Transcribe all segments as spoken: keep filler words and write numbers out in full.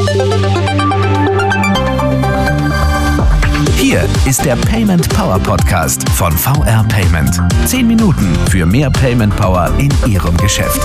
Hier ist der Payment Power Podcast von V R Payment. Zehn Minuten für mehr Payment Power in Ihrem Geschäft.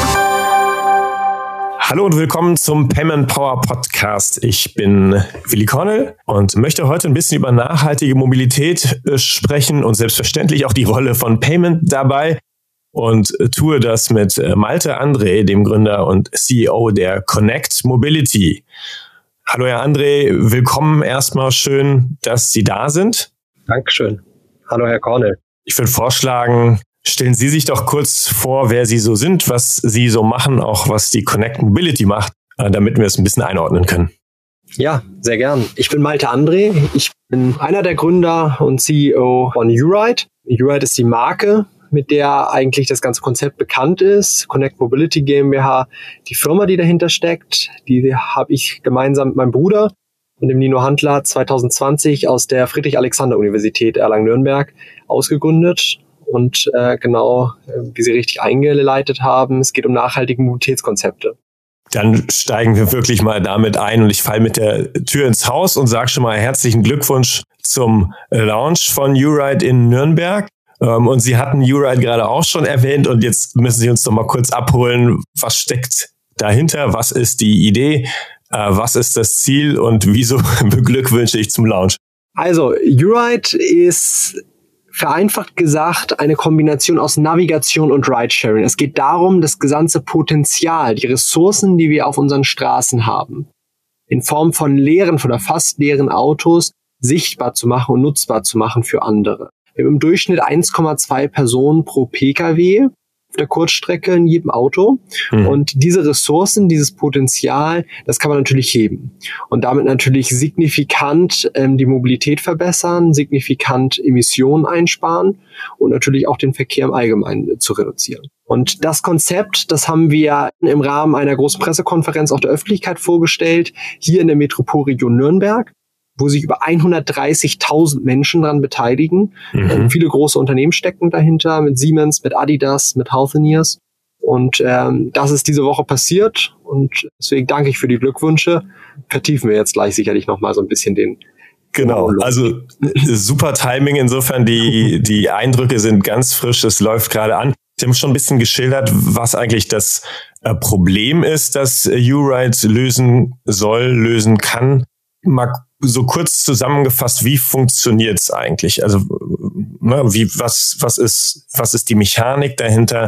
Hallo und willkommen zum Payment Power Podcast. Ich bin Willi Cornell und möchte heute ein bisschen über nachhaltige Mobilität sprechen und selbstverständlich auch die Rolle von Payment dabei. Und tue das mit Malte André, dem Gründer und C E O der Connect Mobility. Hallo Herr André, willkommen erstmal, schön, dass Sie da sind. Dankeschön. Hallo Herr Cornell. Ich würde vorschlagen, stellen Sie sich doch kurz vor, wer Sie so sind, was Sie so machen, auch was die Connect Mobility macht, damit wir es ein bisschen einordnen können. Ja, sehr gern. Ich bin Malte André. Ich bin einer der Gründer und C E O von YouRide. YouRide ist die Marke, mit der eigentlich das ganze Konzept bekannt ist. Connect Mobility GmbH, die Firma, die dahinter steckt, die habe ich gemeinsam mit meinem Bruder und dem Nino Handler zwanzig zwanzig aus der Friedrich-Alexander-Universität Erlangen-Nürnberg ausgegründet. Und äh, genau, wie Sie richtig eingeleitet haben, es geht um nachhaltige Mobilitätskonzepte. Dann steigen wir wirklich mal damit ein und ich falle mit der Tür ins Haus und sage schon mal herzlichen Glückwunsch zum Launch von YouRide in Nürnberg. Und Sie hatten YouRide gerade auch schon erwähnt und jetzt müssen Sie uns doch mal kurz abholen, was steckt dahinter, was ist die Idee, was ist das Ziel und wieso beglückwünsche ich zum Launch? Also YouRide ist vereinfacht gesagt eine Kombination aus Navigation und Ridesharing. Es geht darum, das gesamte Potenzial, die Ressourcen, die wir auf unseren Straßen haben, in Form von leeren oder fast leeren Autos sichtbar zu machen und nutzbar zu machen für andere. Wir haben im Durchschnitt eins Komma zwei Personen pro Pkw auf der Kurzstrecke in jedem Auto. Mhm. Und diese Ressourcen, dieses Potenzial, das kann man natürlich heben. Und damit natürlich signifikant ähm, die Mobilität verbessern, signifikant Emissionen einsparen und natürlich auch den Verkehr im Allgemeinen zu reduzieren. Und das Konzept, das haben wir im Rahmen einer großen Pressekonferenz auch der Öffentlichkeit vorgestellt, hier in der Metropolregion Nürnberg, wo sich über hundertdreißigtausend Menschen daran beteiligen. Mhm. Ähm, viele große Unternehmen stecken dahinter, mit Siemens, mit Adidas, mit Healthineers. Und ähm, das ist diese Woche passiert. Und deswegen danke ich für die Glückwünsche. Vertiefen wir jetzt gleich sicherlich nochmal so ein bisschen den... Genau, also super Timing. Insofern, die, die Eindrücke sind ganz frisch. Es läuft gerade an. Sie haben schon ein bisschen geschildert, was eigentlich das äh, Problem ist, das YouRide lösen soll, lösen kann. Mal so kurz zusammengefasst, wie funktioniert es eigentlich? Also, ne, wie, was, was ist, was ist die Mechanik dahinter?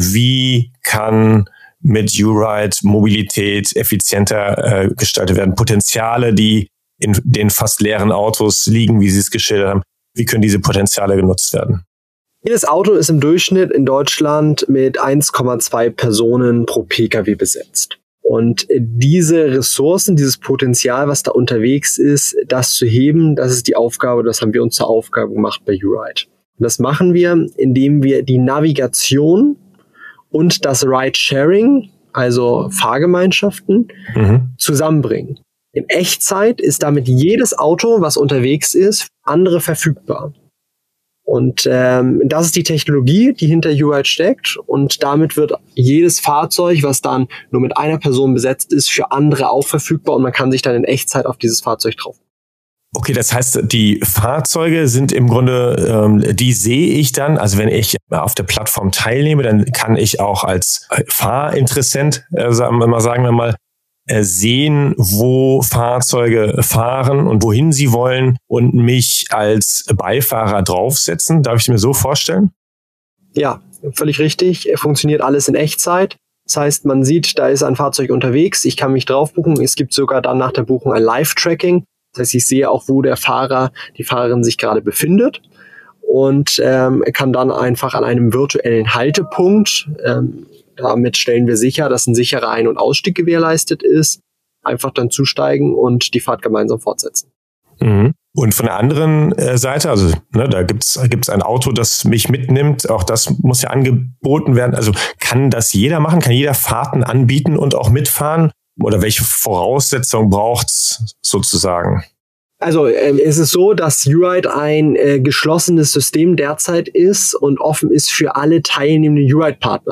Wie kann mit YouRide Mobilität effizienter äh, gestaltet werden? Potenziale, die in den fast leeren Autos liegen, wie Sie es geschildert haben, wie können diese Potenziale genutzt werden? Jedes Auto ist im Durchschnitt in Deutschland mit eins Komma zwei Personen pro Pkw besetzt. Und diese Ressourcen, dieses Potenzial, was da unterwegs ist, das zu heben, das ist die Aufgabe, das haben wir uns zur Aufgabe gemacht bei YouRide. Und das machen wir, indem wir die Navigation und das Ride-Sharing, also Fahrgemeinschaften, mhm. zusammenbringen. In Echtzeit ist damit jedes Auto, was unterwegs ist, für andere verfügbar. Und ähm, das ist die Technologie, die hinter YouRide steckt. Und damit wird jedes Fahrzeug, was dann nur mit einer Person besetzt ist, für andere auch verfügbar. Und man kann sich dann in Echtzeit auf dieses Fahrzeug drauf. Okay, das heißt, die Fahrzeuge sind im Grunde, ähm, die sehe ich dann. Also wenn ich auf der Plattform teilnehme, dann kann ich auch als Fahrinteressent, äh, sagen wir mal, sagen wir mal, sehen, wo Fahrzeuge fahren und wohin sie wollen und mich als Beifahrer draufsetzen. Darf ich mir so vorstellen? Ja, völlig richtig. Funktioniert alles in Echtzeit. Das heißt, man sieht, da ist ein Fahrzeug unterwegs. Ich kann mich drauf buchen. Es gibt sogar dann nach der Buchung ein Live-Tracking. Das heißt, ich sehe auch, wo der Fahrer, die Fahrerin sich gerade befindet und ähm, kann dann einfach an einem virtuellen Haltepunkt, ähm, damit stellen wir sicher, dass ein sicherer Ein- und Ausstieg gewährleistet ist, einfach dann zusteigen und die Fahrt gemeinsam fortsetzen. Mhm. Und von der anderen äh, Seite, also ne, da gibt's gibt's ein Auto, das mich mitnimmt, auch das muss ja angeboten werden. Also kann das jeder machen? Kann jeder Fahrten anbieten und auch mitfahren? Oder welche Voraussetzungen braucht's sozusagen? Also äh, es ist so, dass YouRide ein äh, geschlossenes System derzeit ist und offen ist für alle teilnehmenden YouRide-Partner.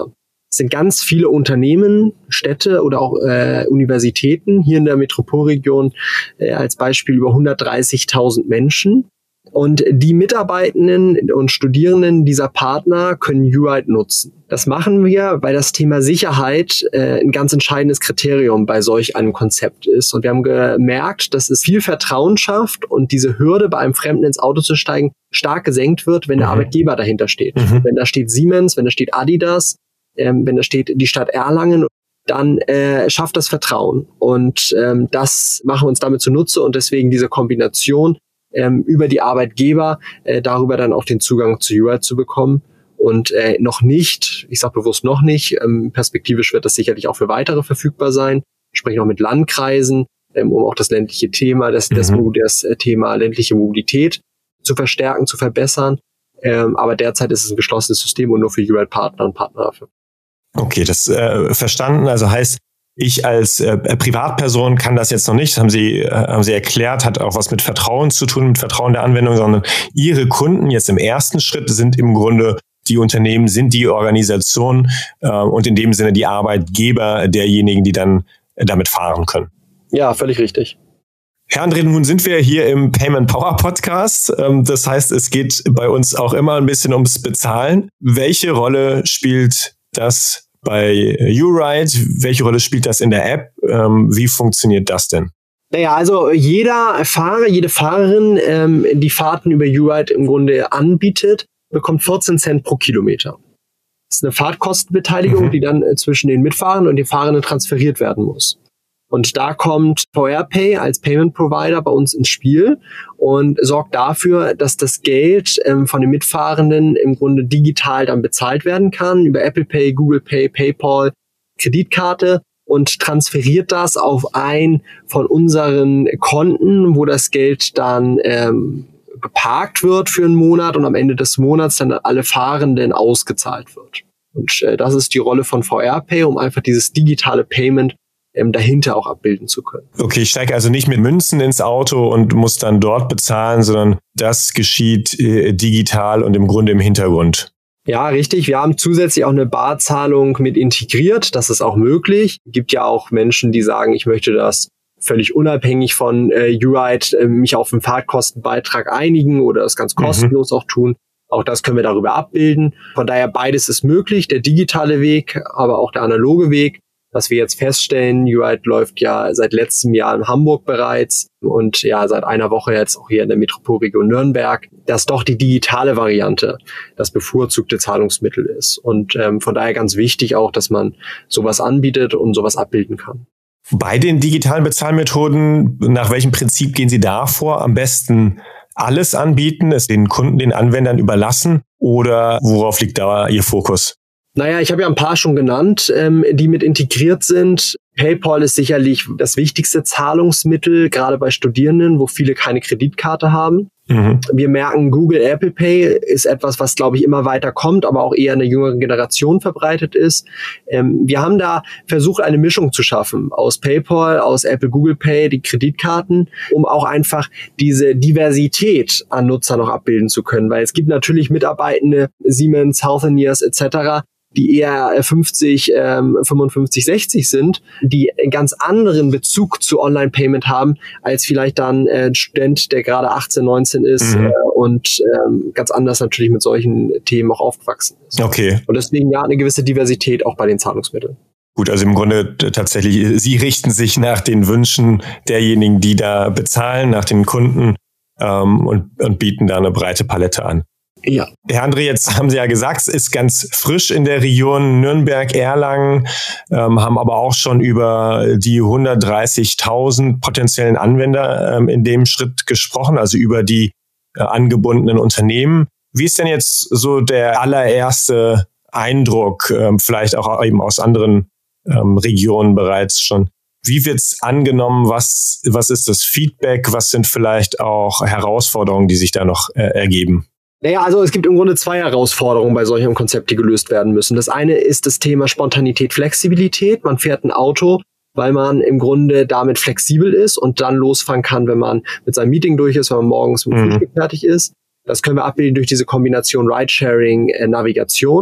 Es sind ganz viele Unternehmen, Städte oder auch äh, Universitäten, hier in der Metropolregion äh, als Beispiel über hundertdreißigtausend Menschen. Und die Mitarbeitenden und Studierenden dieser Partner können U-Ride nutzen. Das machen wir, weil das Thema Sicherheit äh, ein ganz entscheidendes Kriterium bei solch einem Konzept ist. Und wir haben gemerkt, dass es viel Vertrauen schafft und diese Hürde, bei einem Fremden ins Auto zu steigen, stark gesenkt wird, wenn der Mhm. Arbeitgeber dahinter steht. Mhm. Wenn da steht Siemens, wenn da steht Adidas, ähm, wenn da steht die Stadt Erlangen, dann äh, schafft das Vertrauen. Und ähm, das machen wir uns damit zunutze und deswegen diese Kombination ähm, über die Arbeitgeber äh, darüber dann auch den Zugang zu U-Ride zu bekommen. Und äh, noch nicht, ich sage bewusst noch nicht, ähm, perspektivisch wird das sicherlich auch für weitere verfügbar sein. Wir sprechen auch mit Landkreisen, ähm, um auch das ländliche Thema, das, das, Mhm. das Thema ländliche Mobilität zu verstärken, zu verbessern. Ähm, aber derzeit ist es ein geschlossenes System und nur für U-Ride-Partner und Partner dafür. Okay, das äh, verstanden. Also heißt, ich als äh, Privatperson kann das jetzt noch nicht, das haben Sie, äh, haben Sie erklärt, hat auch was mit Vertrauen zu tun, mit Vertrauen der Anwendung, sondern Ihre Kunden jetzt im ersten Schritt sind im Grunde die Unternehmen, sind die Organisation äh, und in dem Sinne die Arbeitgeber derjenigen, die dann äh, damit fahren können. Ja, völlig richtig. Herr André, nun sind wir hier im Payment Power Podcast. Ähm, das heißt, es geht bei uns auch immer ein bisschen ums Bezahlen. Welche Rolle spielt das bei U-Ride? Welche Rolle spielt das in der App? Ähm, wie funktioniert das denn? Naja, also jeder Fahrer, jede Fahrerin, ähm, die Fahrten über U-Ride im Grunde anbietet, bekommt vierzehn Cent pro Kilometer. Das ist eine Fahrtkostenbeteiligung, Mhm. die dann äh, zwischen den Mitfahrern und den Fahrenden transferiert werden muss. Und da kommt VRPay als Payment Provider bei uns ins Spiel und sorgt dafür, dass das Geld ähm, von den Mitfahrenden im Grunde digital dann bezahlt werden kann über Apple Pay, Google Pay, PayPal, Kreditkarte und transferiert das auf ein von unseren Konten, wo das Geld dann ähm, geparkt wird für einen Monat und am Ende des Monats dann alle Fahrenden ausgezahlt wird. Und äh, das ist die Rolle von VRPay, um einfach dieses digitale Payment ähm, dahinter auch abbilden zu können. Okay, ich steige also nicht mit Münzen ins Auto und muss dann dort bezahlen, sondern das geschieht äh, digital und im Grunde im Hintergrund. Ja, richtig. Wir haben zusätzlich auch eine Barzahlung mit integriert. Das ist auch möglich. Es gibt ja auch Menschen, die sagen, ich möchte das völlig unabhängig von äh, U-Ride äh, mich auf den Fahrtkostenbeitrag einigen oder es ganz kostenlos mhm. auch tun. Auch das können wir darüber abbilden. Von daher beides ist möglich, der digitale Weg, aber auch der analoge Weg. Was wir jetzt feststellen, U-Ride läuft ja seit letztem Jahr in Hamburg bereits und ja seit einer Woche jetzt auch hier in der Metropolregion Nürnberg, dass doch die digitale Variante das bevorzugte Zahlungsmittel ist. Und ähm, von daher ganz wichtig auch, dass man sowas anbietet und sowas abbilden kann. Bei den digitalen Bezahlmethoden, nach welchem Prinzip gehen Sie da vor? Am besten alles anbieten, es den Kunden, den Anwendern überlassen oder worauf liegt da Ihr Fokus? Naja, ich habe ja ein paar schon genannt, ähm, die mit integriert sind. PayPal ist sicherlich das wichtigste Zahlungsmittel, gerade bei Studierenden, wo viele keine Kreditkarte haben. Mhm. Wir merken, Google Apple Pay ist etwas, was, glaube ich, immer weiter kommt, aber auch eher in der jüngeren Generation verbreitet ist. Ähm, wir haben da versucht, eine Mischung zu schaffen aus PayPal, aus Apple Google Pay, die Kreditkarten, um auch einfach diese Diversität an Nutzern noch abbilden zu können. Weil es gibt natürlich Mitarbeitende, Siemens, Healthineers et cetera, die eher fünfzig, fünfundfünfzig, sechzig sind, die einen ganz anderen Bezug zu Online-Payment haben, als vielleicht dann ein Student, der gerade achtzehn, neunzehn ist mhm. und ähm, ganz anders natürlich mit solchen Themen auch aufgewachsen ist. Okay. Und deswegen ja eine gewisse Diversität auch bei den Zahlungsmitteln. Gut, also im Grunde tatsächlich, Sie richten sich nach den Wünschen derjenigen, die da bezahlen, nach den Kunden ähm, und, und bieten da eine breite Palette an. Ja. Herr André, jetzt haben Sie ja gesagt, es ist ganz frisch in der Region Nürnberg, Erlangen, ähm, haben aber auch schon über die hundertdreißigtausend potenziellen Anwender ähm, in dem Schritt gesprochen, also über die äh, angebundenen Unternehmen. Wie ist denn jetzt so der allererste Eindruck, ähm, vielleicht auch eben aus anderen ähm, Regionen bereits schon? Wie wird's angenommen? Was, was ist das Feedback? Was sind vielleicht auch Herausforderungen, die sich da noch äh, ergeben? Naja, also es gibt im Grunde zwei Herausforderungen bei solchem Konzept, die gelöst werden müssen. Das eine ist das Thema Spontanität, Flexibilität. Man fährt ein Auto, weil man im Grunde damit flexibel ist und dann losfahren kann, wenn man mit seinem Meeting durch ist, wenn man morgens mit dem Frühstück fertig ist. Das können wir abbilden durch diese Kombination Ridesharing, äh, Navigation.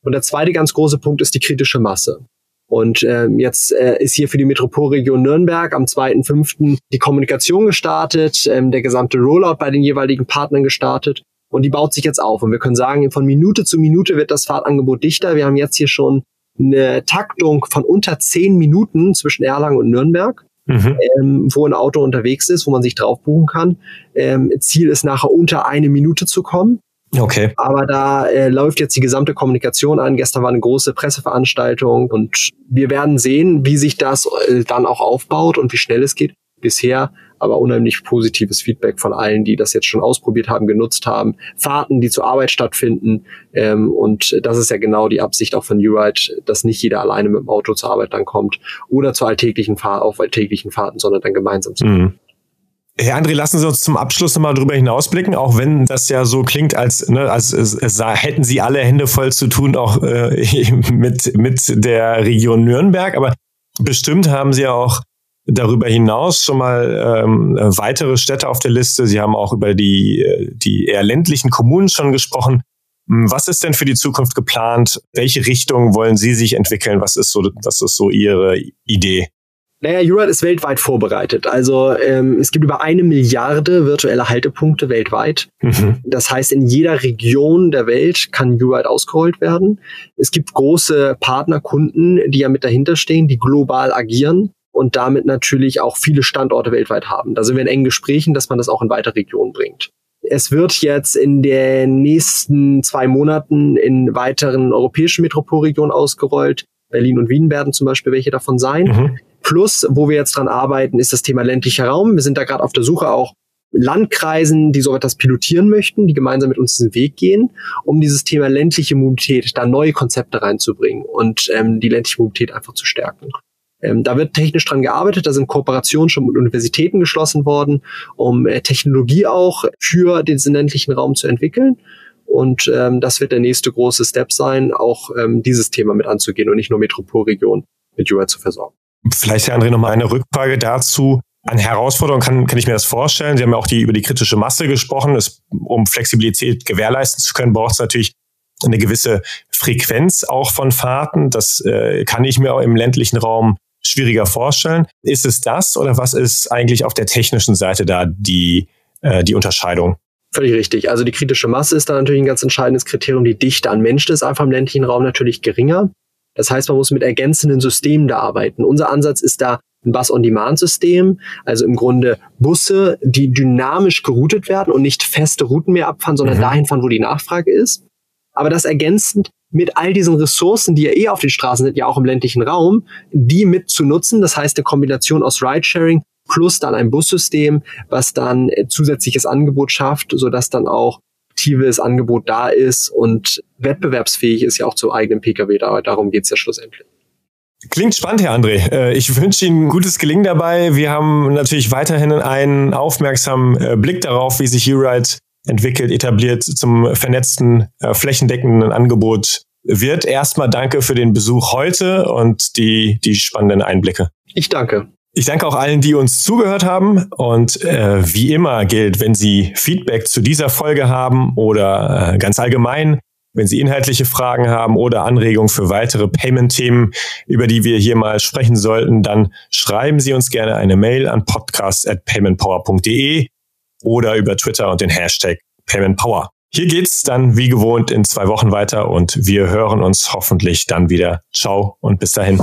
Und der zweite ganz große Punkt ist die kritische Masse. Und äh, jetzt äh, ist hier für die Metropolregion Nürnberg am zweiten fünften die Kommunikation gestartet, ähm, der gesamte Rollout bei den jeweiligen Partnern gestartet und die baut sich jetzt auf. Und wir können sagen, von Minute zu Minute wird das Fahrtangebot dichter. Wir haben jetzt hier schon eine Taktung von unter zehn Minuten zwischen Erlangen und Nürnberg, mhm. ähm, wo ein Auto unterwegs ist, wo man sich drauf buchen kann. Ähm, Ziel ist nachher unter eine Minute zu kommen. Okay. Aber da äh, läuft jetzt die gesamte Kommunikation an. Gestern war eine große Presseveranstaltung und wir werden sehen, wie sich das äh, dann auch aufbaut und wie schnell es geht. Bisher aber unheimlich positives Feedback von allen, die das jetzt schon ausprobiert haben, genutzt haben. Fahrten, die zur Arbeit stattfinden. Ähm, und das ist ja genau die Absicht auch von YouRide, dass nicht jeder alleine mit dem Auto zur Arbeit dann kommt oder zur alltäglichen Fahr- auf alltäglichen Fahrten, sondern dann gemeinsam zu mhm. Herr André, lassen Sie uns zum Abschluss nochmal drüber hinausblicken, auch wenn das ja so klingt, als, ne, als, als, als hätten Sie alle Hände voll zu tun, auch äh, mit, mit der Region Nürnberg. Aber bestimmt haben Sie ja auch darüber hinaus schon mal ähm, weitere Städte auf der Liste. Sie haben auch über die, die eher ländlichen Kommunen schon gesprochen. Was ist denn für die Zukunft geplant? Welche Richtung wollen Sie sich entwickeln? Was ist so, was ist so Ihre Idee? Naja, YouRide ist weltweit vorbereitet. Also ähm, es gibt über eine Milliarde virtuelle Haltepunkte weltweit. Mhm. Das heißt, in jeder Region der Welt kann YouRide ausgerollt werden. Es gibt große Partnerkunden, die ja mit dahinter stehen, die global agieren und damit natürlich auch viele Standorte weltweit haben. Da sind wir in engen Gesprächen, dass man das auch in weitere Regionen bringt. Es wird jetzt in den nächsten zwei Monaten in weiteren europäischen Metropolregionen ausgerollt. Berlin und Wien werden zum Beispiel welche davon sein. Mhm. Plus, wo wir jetzt dran arbeiten, ist das Thema ländlicher Raum. Wir sind da gerade auf der Suche auch Landkreisen, die so etwas pilotieren möchten, die gemeinsam mit uns diesen Weg gehen, um dieses Thema ländliche Mobilität, da neue Konzepte reinzubringen und ähm, die ländliche Mobilität einfach zu stärken. Ähm, da wird technisch dran gearbeitet, da sind Kooperationen schon mit Universitäten geschlossen worden, um äh, Technologie auch für den ländlichen Raum zu entwickeln. Und ähm, das wird der nächste große Step sein, auch ähm, dieses Thema mit anzugehen und nicht nur Metropolregionen mit YouRide zu versorgen. Vielleicht, Herr André, nochmal eine Rückfrage dazu. An Herausforderungen kann, kann ich mir das vorstellen. Sie haben ja auch die, über die kritische Masse gesprochen. Es, um Flexibilität gewährleisten zu können, braucht es natürlich eine gewisse Frequenz auch von Fahrten. Das äh, kann ich mir auch im ländlichen Raum schwieriger vorstellen. Ist es das oder was ist eigentlich auf der technischen Seite da die, äh, die Unterscheidung? Völlig richtig. Also die kritische Masse ist da natürlich ein ganz entscheidendes Kriterium. Die Dichte an Menschen ist einfach im ländlichen Raum natürlich geringer. Das heißt, man muss mit ergänzenden Systemen da arbeiten. Unser Ansatz ist da ein Bus-on-Demand-System, also im Grunde Busse, die dynamisch geroutet werden und nicht feste Routen mehr abfahren, sondern mhm. dahin fahren, wo die Nachfrage ist. Aber das ergänzend mit all diesen Ressourcen, die ja eh auf den Straßen sind, ja auch im ländlichen Raum, die mit zu nutzen. Das heißt, eine Kombination aus Ridesharing plus dann ein Bussystem, was dann zusätzliches Angebot schafft, sodass dann auch aktives Angebot da ist und wettbewerbsfähig ist ja auch zum eigenen Pkw. Darum geht's ja schlussendlich. Klingt spannend, Herr André. Ich wünsche Ihnen gutes Gelingen dabei. Wir haben natürlich weiterhin einen aufmerksamen Blick darauf, wie sich YouRide entwickelt, etabliert, zum vernetzten, flächendeckenden Angebot wird. Erstmal danke für den Besuch heute und die, die spannenden Einblicke. Ich danke. Ich danke auch allen, die uns zugehört haben. Und äh, wie immer gilt, wenn Sie Feedback zu dieser Folge haben oder äh, ganz allgemein, wenn Sie inhaltliche Fragen haben oder Anregungen für weitere Payment-Themen, über die wir hier mal sprechen sollten, dann schreiben Sie uns gerne eine Mail an podcast at paymentpower punkt de oder über Twitter und den Hashtag paymentpower. Hier geht's dann wie gewohnt in zwei Wochen weiter und wir hören uns hoffentlich dann wieder. Ciao und bis dahin.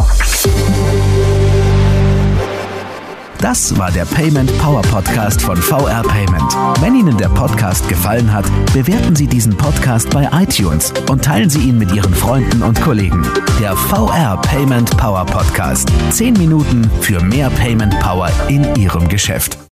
Das war der Payment Power Podcast von V R Payment. Wenn Ihnen der Podcast gefallen hat, bewerten Sie diesen Podcast bei iTunes und teilen Sie ihn mit Ihren Freunden und Kollegen. Der V R Payment Power Podcast. Zehn Minuten für mehr Payment Power in Ihrem Geschäft.